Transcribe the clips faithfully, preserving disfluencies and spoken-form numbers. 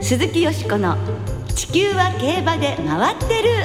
鈴木よしこの地球は競馬で回ってる。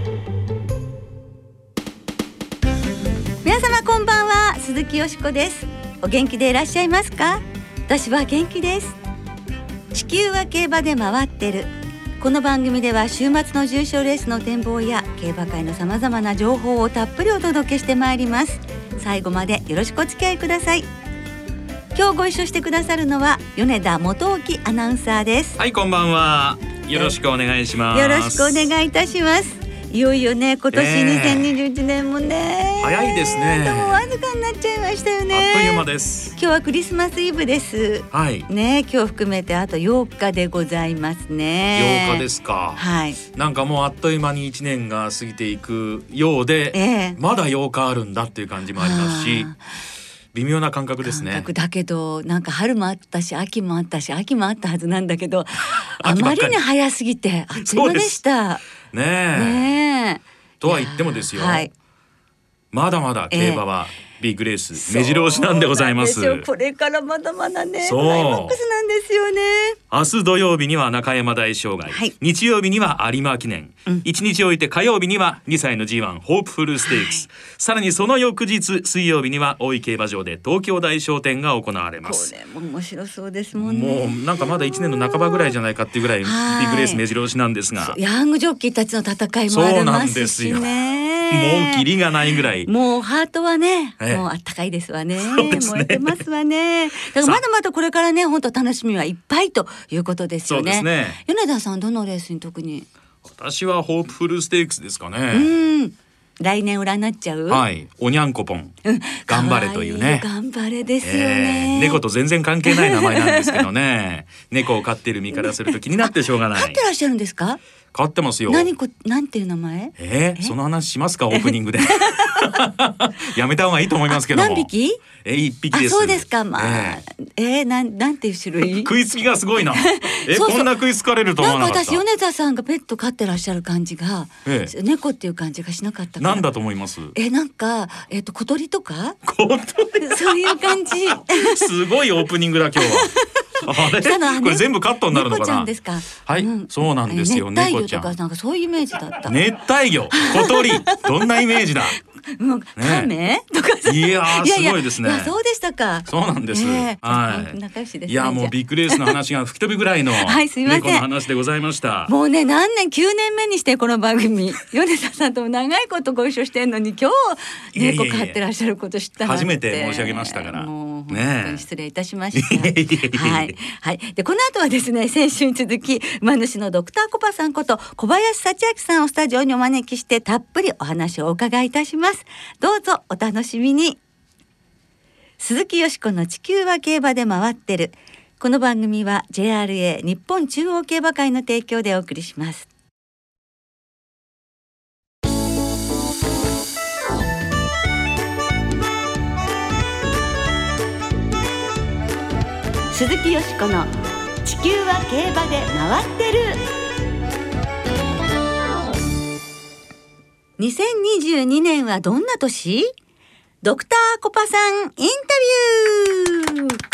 皆様こんばんは、鈴木よしこです。お元気でいらっしゃいますか？私は元気です。地球は競馬で回ってる。この番組では週末の重賞レースの展望や競馬界のさまざまな情報をたっぷりお届けしてまいります。最後までよろしくお付き合いください。今日ご一緒してくださるのは米田元興アナウンサーです。 はい、こんばんは。よろしくお願いします。 よろしくお願いいたします。いよいよね、今年にせんにじゅういちねんもね、 早いですね。 もうわずかになっちゃいましたよね。 あっという間です。 今日はクリスマスイブです。 はいね、今日含めてあとよっかでございますね。 ようかですか。 はい。 なんかもうあっという間にいちねんが過ぎていくようで、 ええ、 まだようかあるんだっていう感じもありますし、微妙な感覚ですね。 感覚だけど、なんか春もあったし秋もあったし秋もあったはずなんだけどあまりに早すぎてあっという間でした。 ねえ。 ねえ。 とは言ってもですよ、 はい、 まだまだ競馬はビッグレース、目白押しなんでございます。 そうなんですよ。これからまだまだね、 そうクライマックスなんですよね。 明日土曜日には中山大障害、はい、日曜日には有馬記念、うん、いちにち置いて火曜日にはにさいの ジーワン ホープフルステークス、はい、さらにその翌日水曜日には大井競馬場で東京大賞典が行われます。 これも面白そうですもんね。 もうなんかまだいちねんの半ばぐらいじゃないかっていうぐらいビッグレース目白押しなんですが、 ヤングジョッキーたちの戦いもありますしね。 もうキリがないぐらい、 もうハートはね、 ええ、 もうあったかいですわね。 そうですね、 燃えてますわね。だからまだまだこれからね、本当楽しみはいっぱいということですよね。 そうですね。 米田さんどのレースに特に？ 私はホープフルステークスですかね。 うん、来年占っちゃう。 はい、おにゃんこぽん、うん、頑張れというね。 頑張れですよね、 えー、猫と全然関係ない名前なんですけどね猫を飼ってる身からすると気になってしょうがない。 飼ってらっしゃるんですか？ 飼ってますよ。 何こ、なんていう名前？ えー、その話しますかオープニングでやめた方がいいと思いますけども。 何匹？ えー、一匹です。 あ、そうですか。まあ、えー、えー、なん、なんていう種類？ 食いつきがすごいなえそうそう、 こんな食いつかれると思わなかった。 なんか私米田さんがペット飼ってらっしゃる感じが、ええ、猫っていう感じがしなかったから。 なんだと思います？ え、なんか、えっと、小鳥とか小鳥そういう感じすごいオープニングだ今日はあれこれ全部カットになるのかな。 猫ちゃんですか？ はい、うん、そうなんですよ。 熱帯魚とかなんかそういうイメージだった。 熱帯魚、小鳥どんなイメージだもうカメとかさ、 いやーすごいですね。 いやいや、そうでしたか。 そうなんです、えー、はい、 仲良しですね。 いやもうビッグレースの話が吹き飛ぶぐらいのはいすいません、 猫の話でございました。 もうね、何年きゅうねんめにしてこの番組米田さんとも長いことご一緒してんのに、今日猫飼ってらっしゃること知ったなんて。 初めて申し上げましたから、 もう本当に失礼いたしました、 ね、 はいはい。でこの後はですね、先週に続き馬主のドクターコパさんこと小林幸明さんをスタジオにお招きしてたっぷりお話をお伺いいたします。どうぞお楽しみに。鈴木よしこの地球は競馬で回ってる。この番組は ジェイアールエー 日本中央競馬会の提供でお送りします。鈴木よしこの地球は競馬で回ってる。にせんにじゅうにねんはどんな年？ドクターコパさんインタビュー。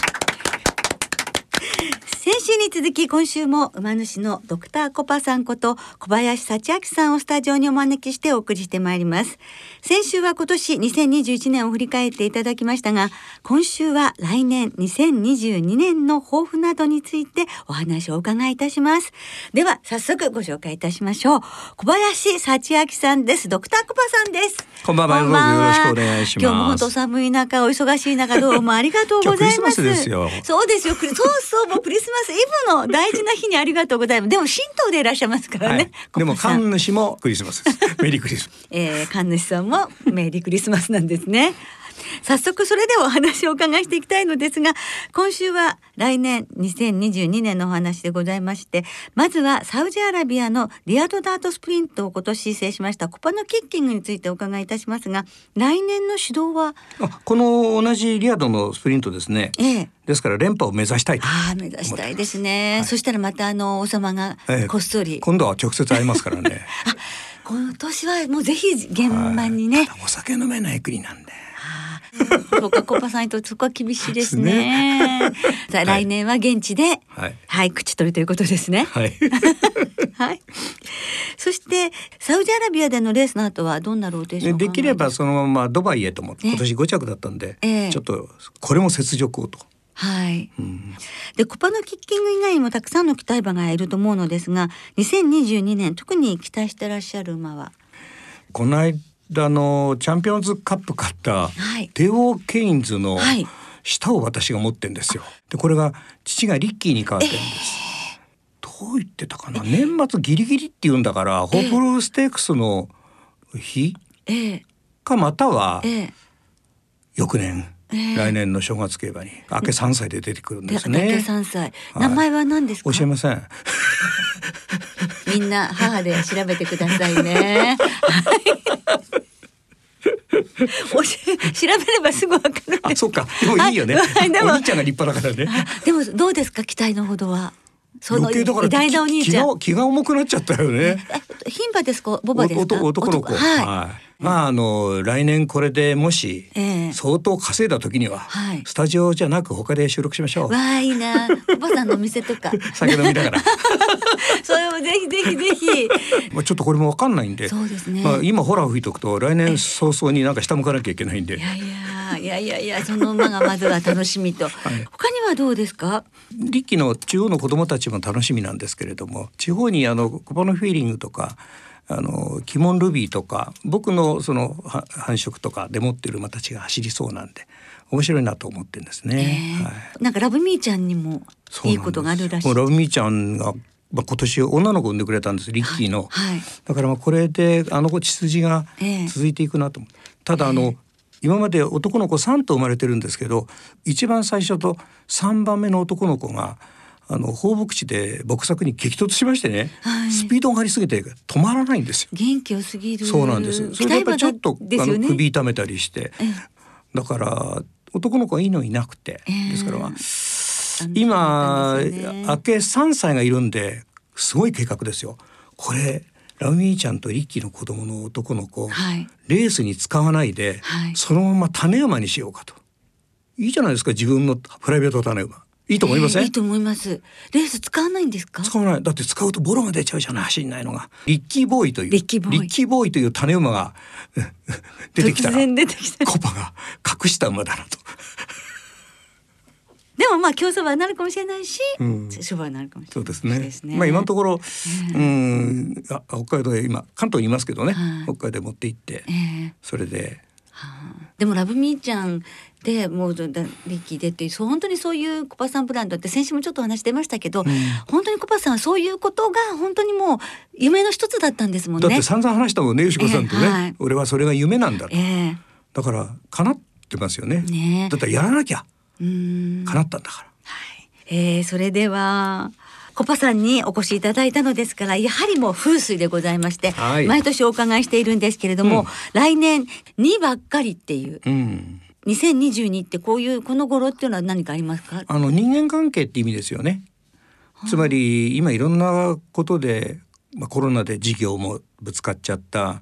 先週に続き今週も馬主のドクターコパさんこと小林幸明さんをスタジオにお招きしてお送りしてまいります。先週は今年にせんにじゅういちねんを振り返っていただきましたが、今週は来年にせんにじゅうにねんの抱負などについてお話をお伺いいたします。では早速ご紹介いたしましょう。小林幸明さんです。ドクターコパさんです。 こんばんは。よろしくお願いします。 今日も本当寒い中お忙しい中どうもありがとうございます。 今日クリスマスですよ。 そうですよ。そうそう、もうクリスマスイブの大事な日にありがとうございます。でも神道でいらっしゃいますからね、 はい、でも神主もクリスマスですメリークリスマス、 えー、神主さんもメリークリスマスなんですね。早速それではお話をお伺いしていきたいのですが、今週は来年にせんにじゅうにねんのお話でございまして、まずはサウジアラビアのリアドダートスプリントを今年制しましたコパノキッキングについてお伺いいたしますが、来年の指導はあこの同じリアドのスプリントですね、ええ、ですから連覇を目指したいとあ目指したいですね、はい、そしたらまたあの王様がこっそり、ええ、 今度は直接会いますからねあ今年はもうぜひ現場にね、 はい、お酒飲めない国なんでそうか、コパさんにとってそこは厳しいですね。さあ、来年は現地で、はい、はい、口取りということですね。はい。はい。そしてサウジアラビアでのレースの後はどんなローテーションを考えて、 できればそのままドバイへと思って、今年ご着だったんで、えー、ちょっとこれも雪辱をと。 はい、うん、でコパのキッキング以外にもたくさんの期待馬がいると思うのですが、にせんにじゅうにねん特に期待してらっしゃる馬は？ この間のチャンピオンズカップ勝ったテオ・ケインズの下を私が持ってんですよ。でこれが父がリッキーに変わってるんです、えー、どう言ってたかな、年末ギリギリって言うんだから、ホープルステークスの日、えー、かまたは翌年、えー、来年の正月競馬に明けさんさいで出てくるんですね。 明けさんさい、名前は何ですか？ 教えません。 みんな母で調べてくださいね。おし調べればすぐわかる。 あ、そうか。でもいいよね。はい、でもお兄ちゃんが立派だからね。 でもどうですか、期待のほどは？その偉大なお兄ちゃん。 気が、気が重くなっちゃったよね。 牝馬ですか、ボバですか？ 男の子。はい。はいまあ、あの来年これでもし相当稼いだ時には、えー、スタジオじゃなく他で収録しましょう。 わあ、いいな。おばさんのお店とか酒飲みながらそれもぜひぜひぜひまあちょっとこれも分かんないんで、 そうですね、 まあ、今ホラー吹いとくと来年早々になんか下向かなきゃいけないんで、 いやいやいやいやいや、その馬がまずは楽しみと、はい、他にはどうですか？ リッキーの地方の子どもたちも楽しみなんですけれども、地方にあのコパのフィーリングとかあのキモンルビーとか僕のその繁殖とかで持っている馬たちが走りそうなんで面白いなと思ってるんですね、 えーはい、なんかラブミーちゃんにもいいことがあるらしい。 もうラブミーちゃんが、まあ、今年女の子産んでくれたんです、リッキーの、はいはい、だからまあこれであの子血筋が続いていくなと思う、えー、ただあの、えー、今まで男の子さんと生まれてるんですけど、一番最初とさんばんめの男の子があの放牧地で牧作に激突しましてね、はい、スピードがありすぎて止まらないんですよ。 元気よすぎる。 そうなんです。それでやっぱりちょっと、ね、あの首痛めたりして、だから男の子はいいのいなくて、えー、ですから、まあ、今、ね、明けさんさいがいるんですごい計画ですよ。これラウミーちゃんとリッキーの子供の男の子、はい、レースに使わないで、はい、そのまま種馬にしようかと。いいじゃないですか、自分のプライベート種馬。いいと思いません？ えー、いいと思います。レース使わないんですか？ 使わない。だって使うとボロが出ちゃうじゃない、走んないのが。リッキーボーイというリッキーボーイ、 リッキーボーイという種馬が出てきたら、 突然出てきたコパが隠した馬だなと。 でもまあ競走馬になるかもしれないし、うん、勝負になるかもしれない。 そうですね。ですね。まあ今のところ、えー、うんあ北海道へ今関東にいますけどね、はい、北海道へ持って行って、えー、それで。 はあ、でもラブミーちゃんでもうリッキーでっていう、そう本当にそういうコパさんブランドって先週もちょっとお話出ましたけど、うん、本当にコパさんはそういうことが本当にもう夢の一つだったんですもんね。 だって散々話したもんね、よしこさんとね、えーはい、俺はそれが夢なんだと、えー、だから叶ってますよ ね, ねだったらやらなきゃ叶ったんだから、 はいえー、それではコパさんにお越しいただいたのですから、やはりもう風水でございまして、はい、毎年お伺いしているんですけれども、うん、来年にばっかりっていう、うん、にせんにじゅうにってこういうこの頃っていうのは何かありますか？ あの人間関係って意味ですよね、はあ、つまり今いろんなことで、まあ、コロナで事業もぶつかっちゃった、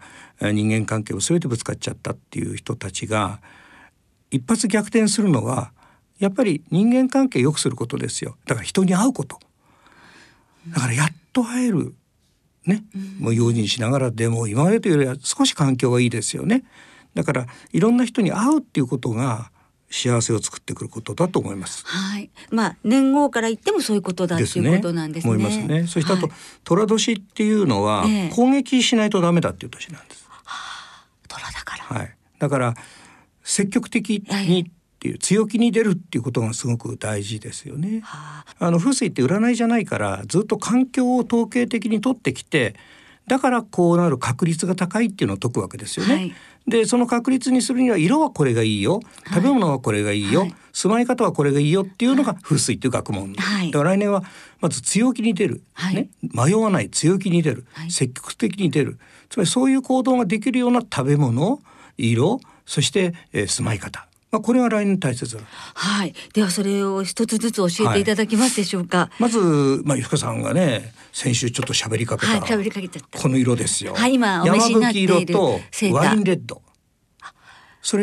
人間関係も全てぶつかっちゃったっていう人たちが一発逆転するのはやっぱり人間関係を良くすることですよ。だから人に会うこと、だからやっと会えるね、うん、もう用心しながらでも今までというよりは少し環境がいいですよね。だからいろんな人に会うっていうことが幸せを作ってくることだと思います。 はい。まあ年号から言ってもそういうことだっていうことなんですね。 思いますね。そしてあと、はい、寅年っていうのは攻撃しないとダメだっていう年なんです。 はあ、寅だから。 はい。だから積極的にっていう強気に出るっていうことがすごく大事ですよね。はあ、あの風水って占いじゃないからずっと環境を統計的に取ってきて、だからこうなる確率が高いっていうのを解くわけですよね。はい、でその確率にするには色はこれがいいよ、食べ物はこれがいいよ、はい、住まい方はこれがいいよっていうのが風水っていう学問、はい、だから来年はまず強気に出る、はいね、迷わない強気に出る、はい、積極的に出る、つまりそういう行動ができるような食べ物、色、そして、えー、住まい方、まあ、これは来年大切だ。 はい。ではそれを一つずつ教えていただけますでしょうか。はい、 まず、まあ、ゆふかさんがね先週ちょっと喋りかけた、はい、喋りかけちゃったこの色ですよ。 はい、今お召しになっている山吹色とワインレッド、それに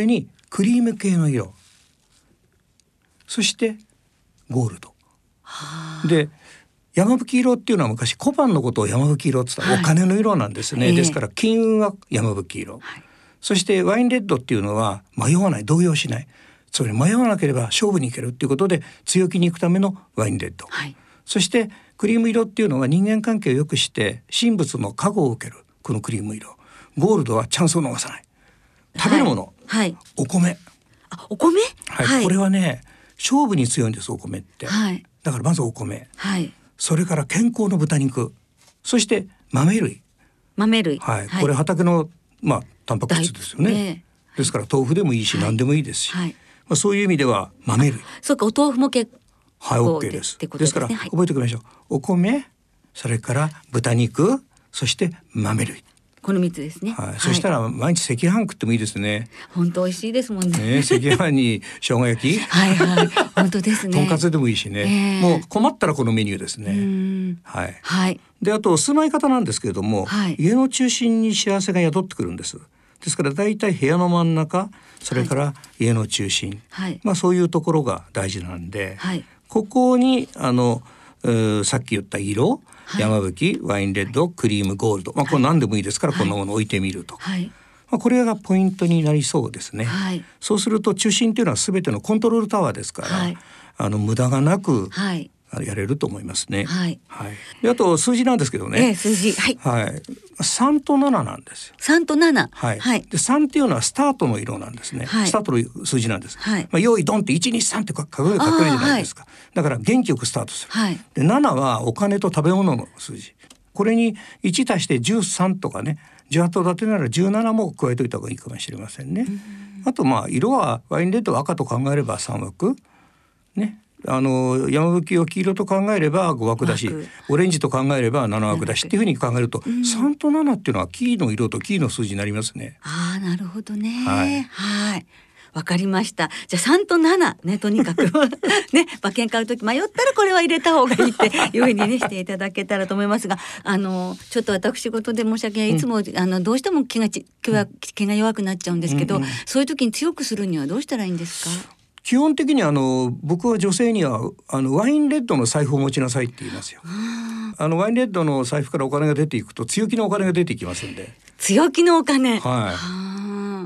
クリーム系の色、そしてゴールドで、山吹色っていうのは昔小判のことを山吹色って言ったらお金の色なんですね、はい、ですから金運は山吹色、はい、そしてワインレッドっていうのは迷わない、動揺しない、つまり迷わなければ勝負に行けるっていうことで強気に行くためのワインレッド、はい、そしてクリーム色っていうのは人間関係を良くして神仏の加護を受ける、このクリーム色。ゴールドはチャンスを逃さない、食べるもの、はいはい、お米、 あ、お米、 はいはい、これはね勝負に強いんです、お米って、はい、だからまずお米、はい、それから健康の豚肉、そして豆類、 豆類、 はいはい、これ畑のまあタンパク質ですよね、ね、ですから豆腐でもいいし、はい、何でもいいですし、はい、まあ、そういう意味では豆類、 そうか、お豆腐も結構、 はい、 OK です。ですから、はい、覚えておきましょう。お米、それから豚肉、そして豆類、 このみっつですね、 はいはい、そしたら毎日赤飯食ってもいいですね。 本当美味しいですもん ね, ね、赤飯に生姜焼きはいはい、本当ですね。 とんかつでもいいしね、えー、もう困ったらこのメニューですね。はい、はい、であと住まい方なんですけれども、はい、家の中心に幸せが宿ってくるんです。ですからだいたい部屋の真ん中、それから家の中心、はい、まあ、そういうところが大事なんで、はい、ここにあのさっき言った色、はい、山吹、ワインレッド、はい、クリーム、ゴールド、まあ、これ何でもいいですから、はい、こんなものを置いてみると、はい、まあ、これがポイントになりそうですね、はい、そうすると中心というのは全てのコントロールタワーですから、はい、あの無駄がなく、はい、やれると思いますね、はいはい、であと数字なんですけどね、 ええ、数字、はいはい、さんとなななんですよ。 さんとなな、 はいはい、でさんっていうのはスタートの色なんですね、はい、スタートの数字なんです、はい、まあ、用意ドンっていちにさんって書けるじゃないですか、はい、だから元気よくスタートする、はい、でななはお金と食べ物の数字、これにいち足してじゅうさんとかね、じゅうはち立てならじゅうななも加えといた方がいいかもしれませんね。あとまあ色はワインレッドは赤と考えればさん枠ね、あの山吹を黄色と考えればご枠だし、オレンジと考えればなな枠だしっていうふうに考えると、うん、さんとななっていうのはキーの色とキーの数字になりますね。 ああ、なるほどね。はい、はい、わかりました。じゃあさんとななね、とにかくね、馬券買うとき迷ったらこれは入れた方がいいっていうふうにねしていただけたらと思いますが、あのちょっと私事で申し訳ない、いつも、うん、あのどうしても気がち気が気が弱くなっちゃうんですけど、うんうん、そういう時に強くするにはどうしたらいいんですか？ 基本的にあの僕は女性にはあのワインレッドの財布を持ちなさいって言いますよ。あのワインレッドの財布からお金が出ていくと強気のお金が出てきますんで。 強気のお金、 はい、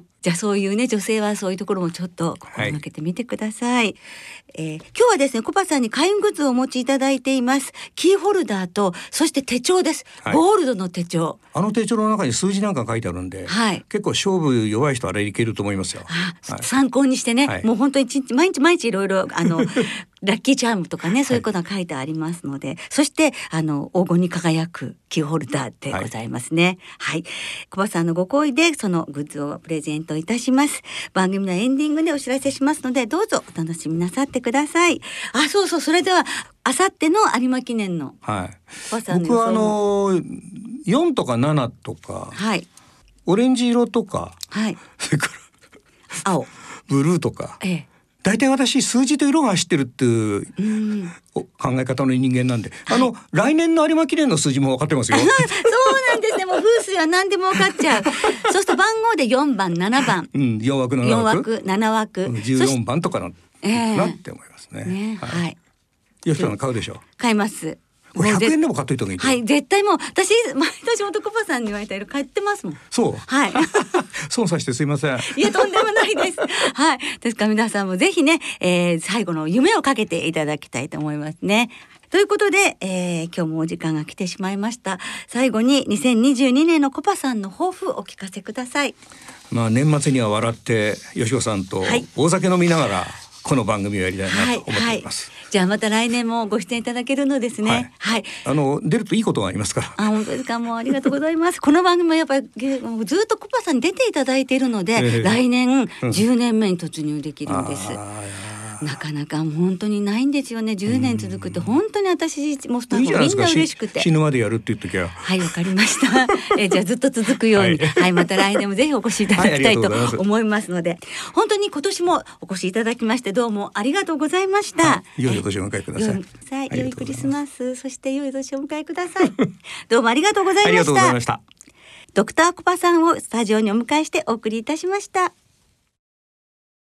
じゃあそういうね、女性はそういうところもちょっと心がけてみてください、はい、えー、今日はですね、コパさんに開運グッズをお持ちいただいています。キーホルダーとそして手帳です、はい、ゴールドの手帳。 あの手帳の中に数字なんか書いてあるんで、はい、結構勝負弱い人あれいけると思いますよ。 あ、はい、参考にしてね、はい、もう本当に一日毎日毎日いろいろあのラッキーチャームとかね、そういうことが書いてありますので、はい、そしてあの黄金に輝くキーホルダーでございますね。はい、コパさんのご好意でそのグッズをプレゼントいたします。番組のエンディングでお知らせしますので、どうぞお楽しみなさってください。あ、そうそう、それではあさっての有馬記念の、 はい、僕はあのよんとかななとか、はい、オレンジ色とか、はい、それから青ブルーとか、ええ、大体私数字と色が走ってるっていう考え方の人間なんで、あの、はい、来年の有馬記念の数字も分かってますよ。そうなんですね。もう風水は何でも分かっちゃう。そうすると番号でよんばんななばん、うん、よん枠なな枠、よん枠なな枠、うん、じゅうよんばんとかな、えー、なって思いますね。ね、はい、はい、よしさん買うでしょ。買います。 ひゃくえんでも買っといた方がいい。 はい、絶対もう私毎年元コパさんに言われた色買ってますもん。 そう。 はい。 損させてすいません。 いや、とんでもないです。はい。ですから皆さんもぜひね、えー、最後の夢をかけていただきたいと思いますね。ということで、えー、今日もお時間が来てしまいました。最後ににせんにじゅうにねんのコパさんの抱負をお聞かせください。 まあ年末には笑ってよしこさんと大酒飲みながら、はい、この番組をやりたいなと思っています、はいはい、 じゃあまた来年もご出演いただけるのですね。はい、はい、 あの出るといいことがありますから。 あ、本当ですか。もうありがとうございます。この番組はやっぱりずっとコパさんに出ていただいているので、えー、来年じゅうねんめに突入できるんです、うん、なかなか本当にないんですよね。じゅうねん続くって本当に私もスタッフもみんな嬉しくて、 いい死ぬまでやるって言っときゃ。 はい、わかりましたえじゃあずっと続くように、はい、はい、また来年もぜひお越しいただきたいと思いますので、はい、本当に今年もお越しいただきましてどうもありがとうございました、はい、 良いお年をお迎えください。 さい、良いクリスマス、そして良いお年をお迎えくださいどうもありがとうございました。ありがとうございました。ドクターコパさんをスタジオにお迎えしてお送りいたしました。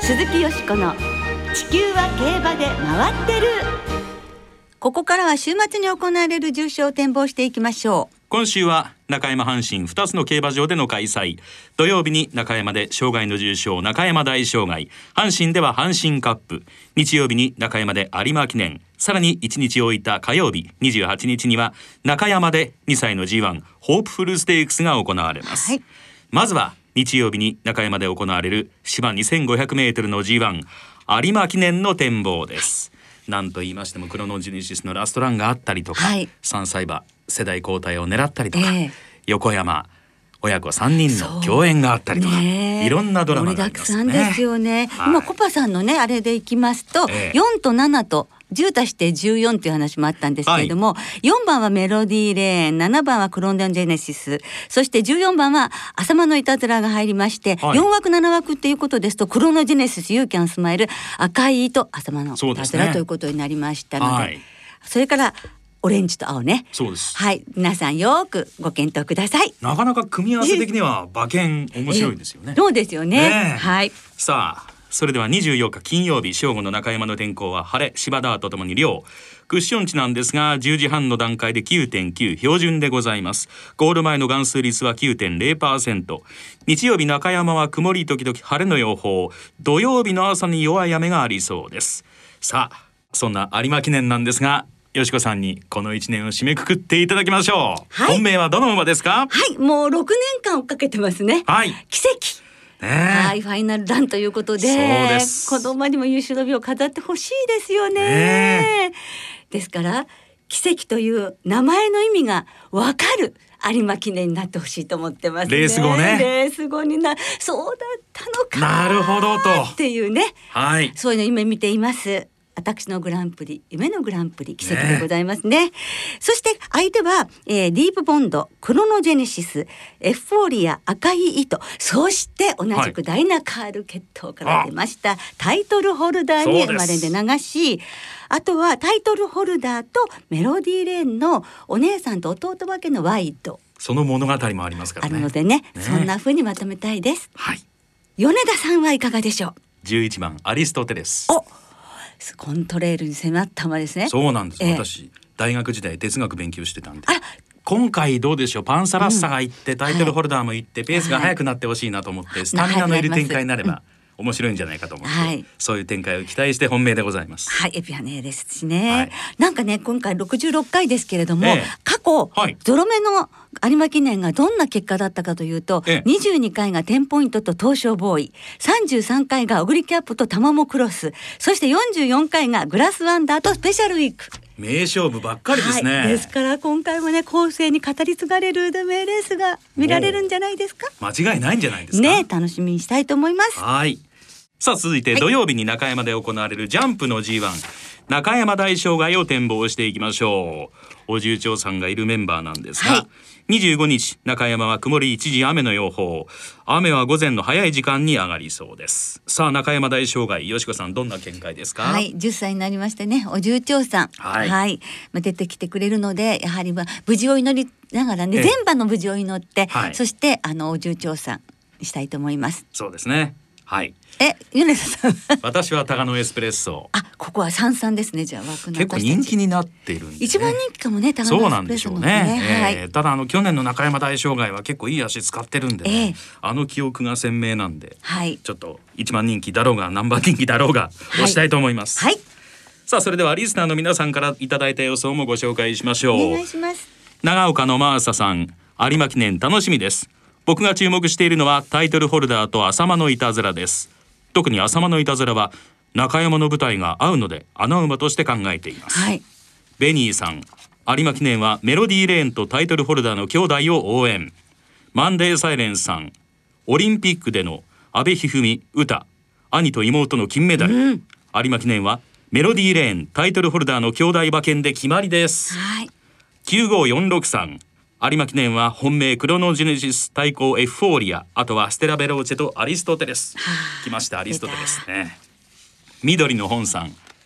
鈴木よしこの地球は競馬で回ってる。ここからは週末に行われる重賞を展望していきましょう。 今週は中山阪神ふたつの競馬場での開催。土曜日に中山で生涯の重賞中山大生涯、阪神では阪神カップ、日曜日に中山で有馬記念、さらにいちにち置いた火曜日にじゅうはちにちには中山でにさいの ジーワン ホープフルステークスが行われます、はい、まずは日曜日に中山で行われる芝 にせんごひゃくメートル の ジーワン 有馬記念の展望です。なんと言いましてもクロノジェネシスのラストランがあったりとか、はい、さんさい馬世代交代を狙ったりとか、えー、横山親子さんにんの共演があったりとか、いろんなドラマがありますね。 盛りだくさんですよね、はい、今コパさんのねあれでいきますと、えー、よんとななとじゅう足してじゅうよんという話もあったんですけれども、はい、よんばんはメロディーレーン、ななばんはクロノジェネシス、そしてじゅうよんばんは浅間のいたずらが入りまして、はい、よんわくななわくっていうことですとクロノジェネシス、ユーキャンスマイル、赤い糸、浅間のいたずら、ね、ということになりましたので、はい、それからオレンジと青ね。 そうです。 はい、皆さんよくご検討ください。 なかなか組み合わせ的には馬券面白いですよね。 そうですよね。ね、はい。 さあそれではにじゅうよっか金曜日正午の中山の天候は晴れ、芝ダーとともに涼。クッション値なんですがじゅうじはんの段階で きゅうてんきゅう 標準でございます。ゴール前の含水率は きゅうてんれいパーセント。 日曜日中山は曇り時々晴れの予報。土曜日の朝に弱い雨がありそうです。さあそんな有馬記念なんですがよしこさんにこのいちねんを締めくくっていただきましょう、はい、本命はどの馬ですか？ はい、もうろくねんかん追っかけてますね、はい、奇跡、ね、はい、ファイナルランということで、そうです、この馬にも優秀の美を飾ってほしいですよ ね, ねですから奇跡という名前の意味がわかる有馬記念になってほしいと思ってますね。 レース後ね、 レース後になそうだったのかなるほどとっていうね、 はい、 そういうの今見ています。私のグランプリ、夢のグランプリ、奇跡でございますね。ね、そして相手は、えー、ディープボンド、クロノジェネシス、エフフォーリア、赤い糸、そして同じくダイナカール血統から出ました、はい、タイトルホルダーに生まれで流し、あとはタイトルホルダーとメロディーレーンのお姉さんと弟分けのワイド、 その物語もありますからね。 あるので ね, ねそんな風にまとめたいです、 はい、 米田さんはいかがでしょう？ じゅういちばんアリストテレス。 おコントレールに迫った馬ですね。 そうなんです、えー、私大学時代哲学勉強してたんで、今回どうでしょう、パンサラッサが行って、うん、タイトルホルダーも行って、はい、ペースが速くなってほしいなと思って、はい、スタミナのいる展開になれば、うん、面白いんじゃないかと思って、はい、そういう展開を期待して本命でございます。 はい、エピファネーですしね、はい、なんかね今回ろくじゅうろっかいですけれども、ええ、過去、はい、ゾロ目の有馬記念がどんな結果だったかというと、ええ、にじゅうにかいがテンポイントと東証ボーイ、さんじゅうさんかいがオグリキャップとタマモクロス、そしてよんじゅうよんかいがグラスワンダーとスペシャルウィーク。 名勝負ばっかりですね、 はい、ですから今回もね後世に語り継がれる名レースが見られるんじゃないですか。 間違いないんじゃないですかね。楽しみにしたいと思います。 はい、さあ続いて土曜日に中山で行われるジャンプの ジーワン 中山大生涯を展望していきましょう。お重長さんがいるメンバーなんですが、はい、にじゅうごにち中山は曇り一時雨の予報。雨は午前の早い時間に上がりそうです。さあ中山大生涯、よしこさんどんな見解ですか？ はい、じゅっさいになりましてね、お重長さん、はいはい、まあ、出てきてくれるのでやはり、まあ、無事を祈りながらね、全馬の無事を祈って、はい、そしてあのお重長さんしたいと思います。 そうですね、はい。 え、米田さん私はタガノエスプレッソ。 あ、ここは三三ですね。じゃあ枠の結構人気になっているんで、ね、 一番人気かもね、タガノエスプレッソの、ね、そうなんでしょうね、 はい、えー、ただあの去年の中山大生涯は結構いい足使ってるんでね、えー、あの記憶が鮮明なんで、はい、ちょっと一番人気だろうが何番人気だろうが押したいと思います、はいはい、さあそれではリスナーの皆さんからいただいた予想もご紹介しましょう。 お願いします。 長岡のマーサさん、有馬記念楽しみです。僕が注目しているのはタイトルホルダーと浅間のいたずらです。特に浅間のいたずらは中山の舞台が合うので穴馬として考えています、はい、ベニーさん、有馬記念はメロディーレーンとタイトルホルダーの兄弟を応援。マンデーサイレンスさん、オリンピックでの阿部一二三詩、兄と妹の金メダル、うん、有馬記念はメロディーレーンタイトルホルダーの兄弟馬券で決まりです、はい、きゅうごよんろくさん、有馬記念は本命クロノジェネシス、対抗エフフォーリア、あとはステラベローチェとアリストテレス。来ましたアリストテレスね。緑の本さん、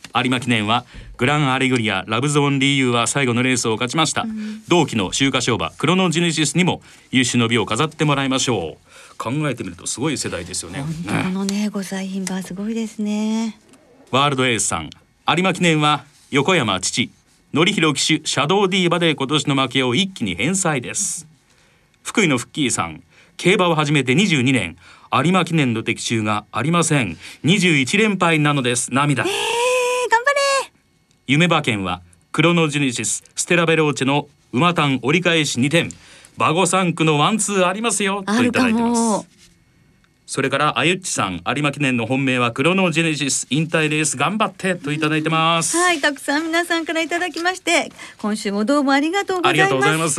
有馬記念はグランアレグリアラブゾーンリーユーは最後のレースを勝ちました、うん、同期の秋華賞馬クロノジェネシスにも優秀の美を飾ってもらいましょう。考えてみるとすごい世代ですよね。 本当のね、ごさい牝馬すごいですね。 ワールドエースさん有馬記念は横山父典弘騎手シャドウディーバで今年の負けを一気に返済です。福井のフッキーさん競馬を始めてにじゅうにねん有馬記念の的中がありません。にじゅういちれんぱいなのです。涙。 えー、頑張れ。 夢馬券はクロノジェネシスステラベローチェの馬単折り返しにてん馬後さん区のワンツーありますよといただいてます。それからあゆっちさん有馬記念の本命はクロノジェネシス引退レース頑張ってといただいてます。 はい、たくさん皆さんからいただきまして今週もどうもありがとうございます。ありがとうございます。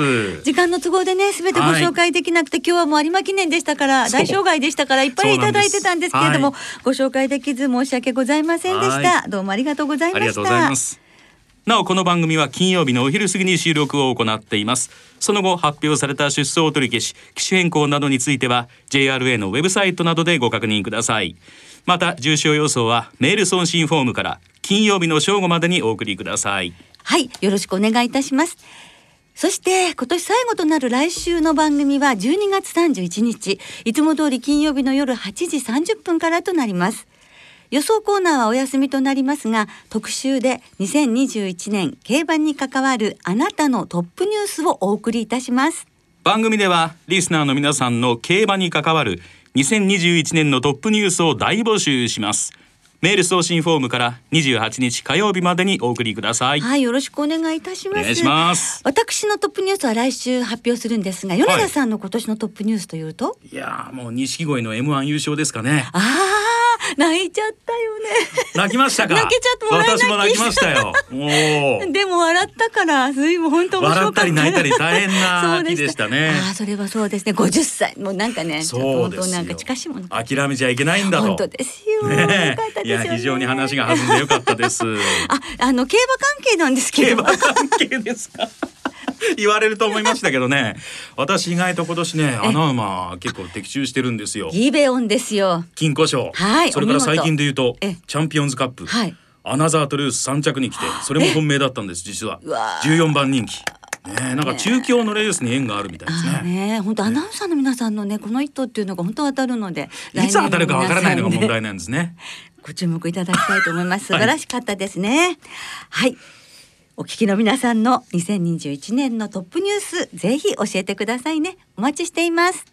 時間の都合でね全てご紹介できなくて、はい、今日はもう有馬記念でしたから大障害でしたからいっぱいいただいてたんですけれども、はい、ご紹介できず申し訳ございませんでした。どうもありがとうございました。ありがとうございます。 なおこの番組は金曜日のお昼過ぎに収録を行っています。その後発表された出走取り消し機種変更などについては ジェイアールエー のウェブサイトなどでご確認ください。また重賞予想はメール送信フォームから金曜日の正午までにお送りください。 はい、よろしくお願いいたします。そして今年最後となる来週の番組はじゅうにがつさんじゅういちにちいつも通り金曜日の夜はちじさんじゅっぷんからとなります。予想コーナーはお休みとなりますが特集でにせんにじゅういちねん競馬に関わるあなたのトップニュースをお送りいたします。 番組ではリスナーの皆さんの競馬に関わるにせんにじゅういちねんのトップニュースを大募集します。メール送信フォームからにじゅうはちにち火曜日までにお送りください。 はい、よろしくお願いいたします。 お願いします。 私のトップニュースは来週発表するんですが米田さんの今年のトップニュースというと、はい、いやもう錦鯉の エムワン 優勝ですかね。 ああ泣いちゃったよね。 泣きましたか。 泣けちゃってもらい泣き私も泣きましたよ。 おでも笑ったから随分本当面白かった。 笑ったり泣いたり大変な日でしたね。 あそれはそうですね。ごじゅっさいもうなんかねそうですよ。 本当なんか近しいもの諦めちゃいけないんだと。 本当ですよ。ね、よかったですよね。 いや非常に話が弾んでよかったです。 ああの競馬関係なんですけど。 競馬関係ですか。言われると思いましたけどね。私意外と今年ね穴馬結構的中してるんですよ。 ギベオンですよ。 金庫賞、 はい、 それから最近で言うとチャンピオンズカップ、はい、アナザートルースさんちゃくに来てそれも本命だったんです実は。じゅうよんばん人気ね、なんか中京のレースに縁があるみたいですね。 ね、本当アナウンサーの皆さんのねこの一頭っていうのが本当当たるので、 いつ当たるかわからないのが問題なんですね。 ご注目いただきたいと思います。素晴らしかったですね。はい、はい、お聞きの皆さんのにせんにじゅういちねんのトップニュースぜひ教えてくださいね。お待ちしています。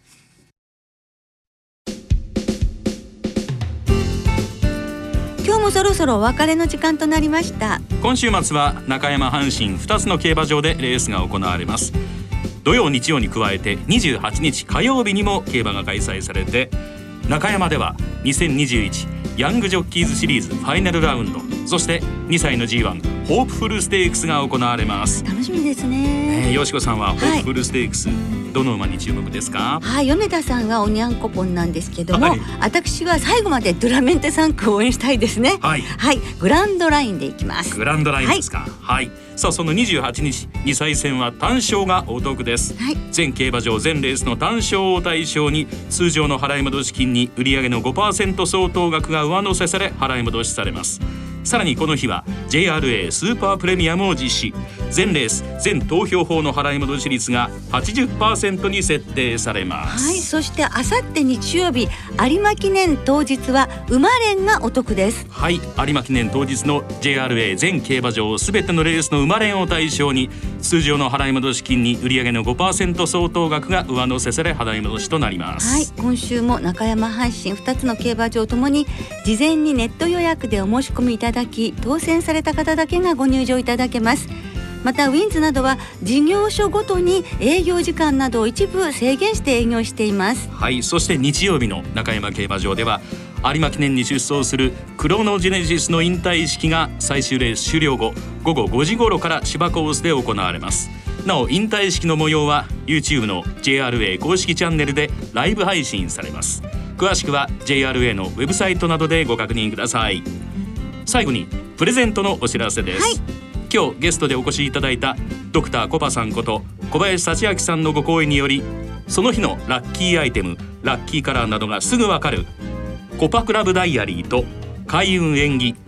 今日もそろそろお別れの時間となりました。 今週末は中山阪神ふたつの競馬場でレースが行われます。土曜日曜に加えてにじゅうはちにち火曜日にも競馬が開催されて中山ではにせんにじゅういちヤングジョッキーズシリーズファイナルラウンドそしてにさいの ジーワン ホープフルステークスが行われます。 楽しみですね。 よしこさんはホープフルステークス、はい、どの馬に注目ですか。 はい、米田さんはおにゃんこぽんなんですけども、はい、私は最後までドゥラメンテさん区を応援したいですね。 はい、 はい、グランドラインでいきます。 グランドラインですか。はい、はい、さあそのにじゅうはちにちにさい戦は単勝がお得です、はい、全競馬場全レースの単勝を対象に通常の払い戻し金に売上の ごパーセント 相当額が上乗せされ払い戻しされます。さらにこの日は ジェイアールエー スーパープレミアムを実施。全レース全投票法の払い戻し率が はちじゅっパーセント に設定されます。 はい、そしてあさって日曜日有馬記念当日は馬連がお得です。 はい、有馬記念当日の ジェイアールエー 全競馬場すべてのレースの馬連を対象に通常の払い戻し金に売上の ごパーセント 相当額が上乗せされ払い戻しとなります。 はい、今週も中山阪神ふたつの競馬場ともに事前にネット予約でお申し込みいただき当選された方だけがご入場いただけます。またウィンズなどは事業所ごとに営業時間などを一部制限して営業しています。 はい、そして日曜日の中山競馬場では有馬記念に出走するクロノジェネシスの引退式が最終レース終了後ごごごじ頃から芝コースで行われます。なお引退式の模様は YouTube の ジェイアールエー 公式チャンネルでライブ配信されます。詳しくは ジェイアールエー のウェブサイトなどでご確認ください。最後にプレゼントのお知らせです、はい、今日ゲストでお越しいただいたドクターコパさんこと小林幸明さんのご講演によりその日のラッキーアイテムラッキーカラーなどがすぐわかるコパクラブダイアリーと開運縁起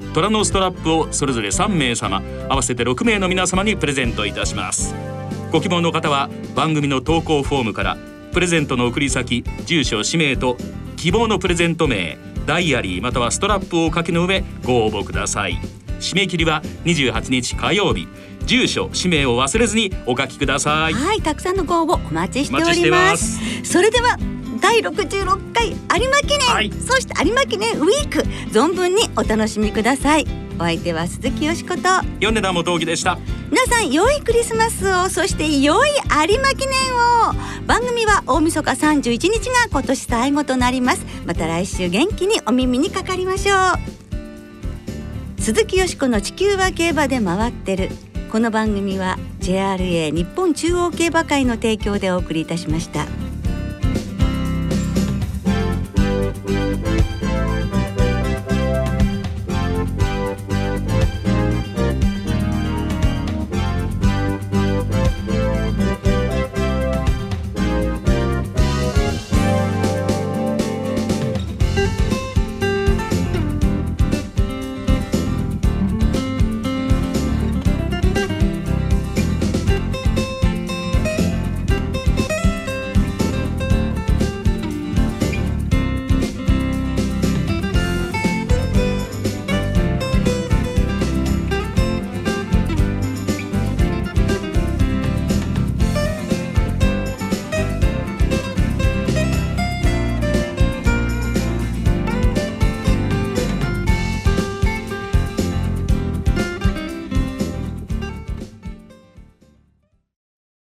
虎のストラップをそれぞれさんめいさま、合わせてろくめいの皆様にプレゼントいたします。ご希望の方は番組の投稿フォームからプレゼントの送り先、住所、氏名と希望のプレゼント名、ダイアリーまたはストラップをお書きの上ご応募ください。締め切りはにじゅうはちにち火曜日。住所、氏名を忘れずにお書きください。 はい、たくさんのご応募お待ちしております。それではだいろくじゅうろっかい有馬記念、はい、そして有馬記念ウィーク存分にお楽しみください。お相手は鈴木よしこと米田元樹でした。 皆さん良いクリスマスを、そして良い有馬記念を。番組は大晦日さんじゅういちにちが今年最後となります。また来週元気にお耳にかかりましょう。鈴木よしこの地球は競馬で回ってる。この番組は ジェイアールエー 日本中央競馬会の提供でお送りいたしました。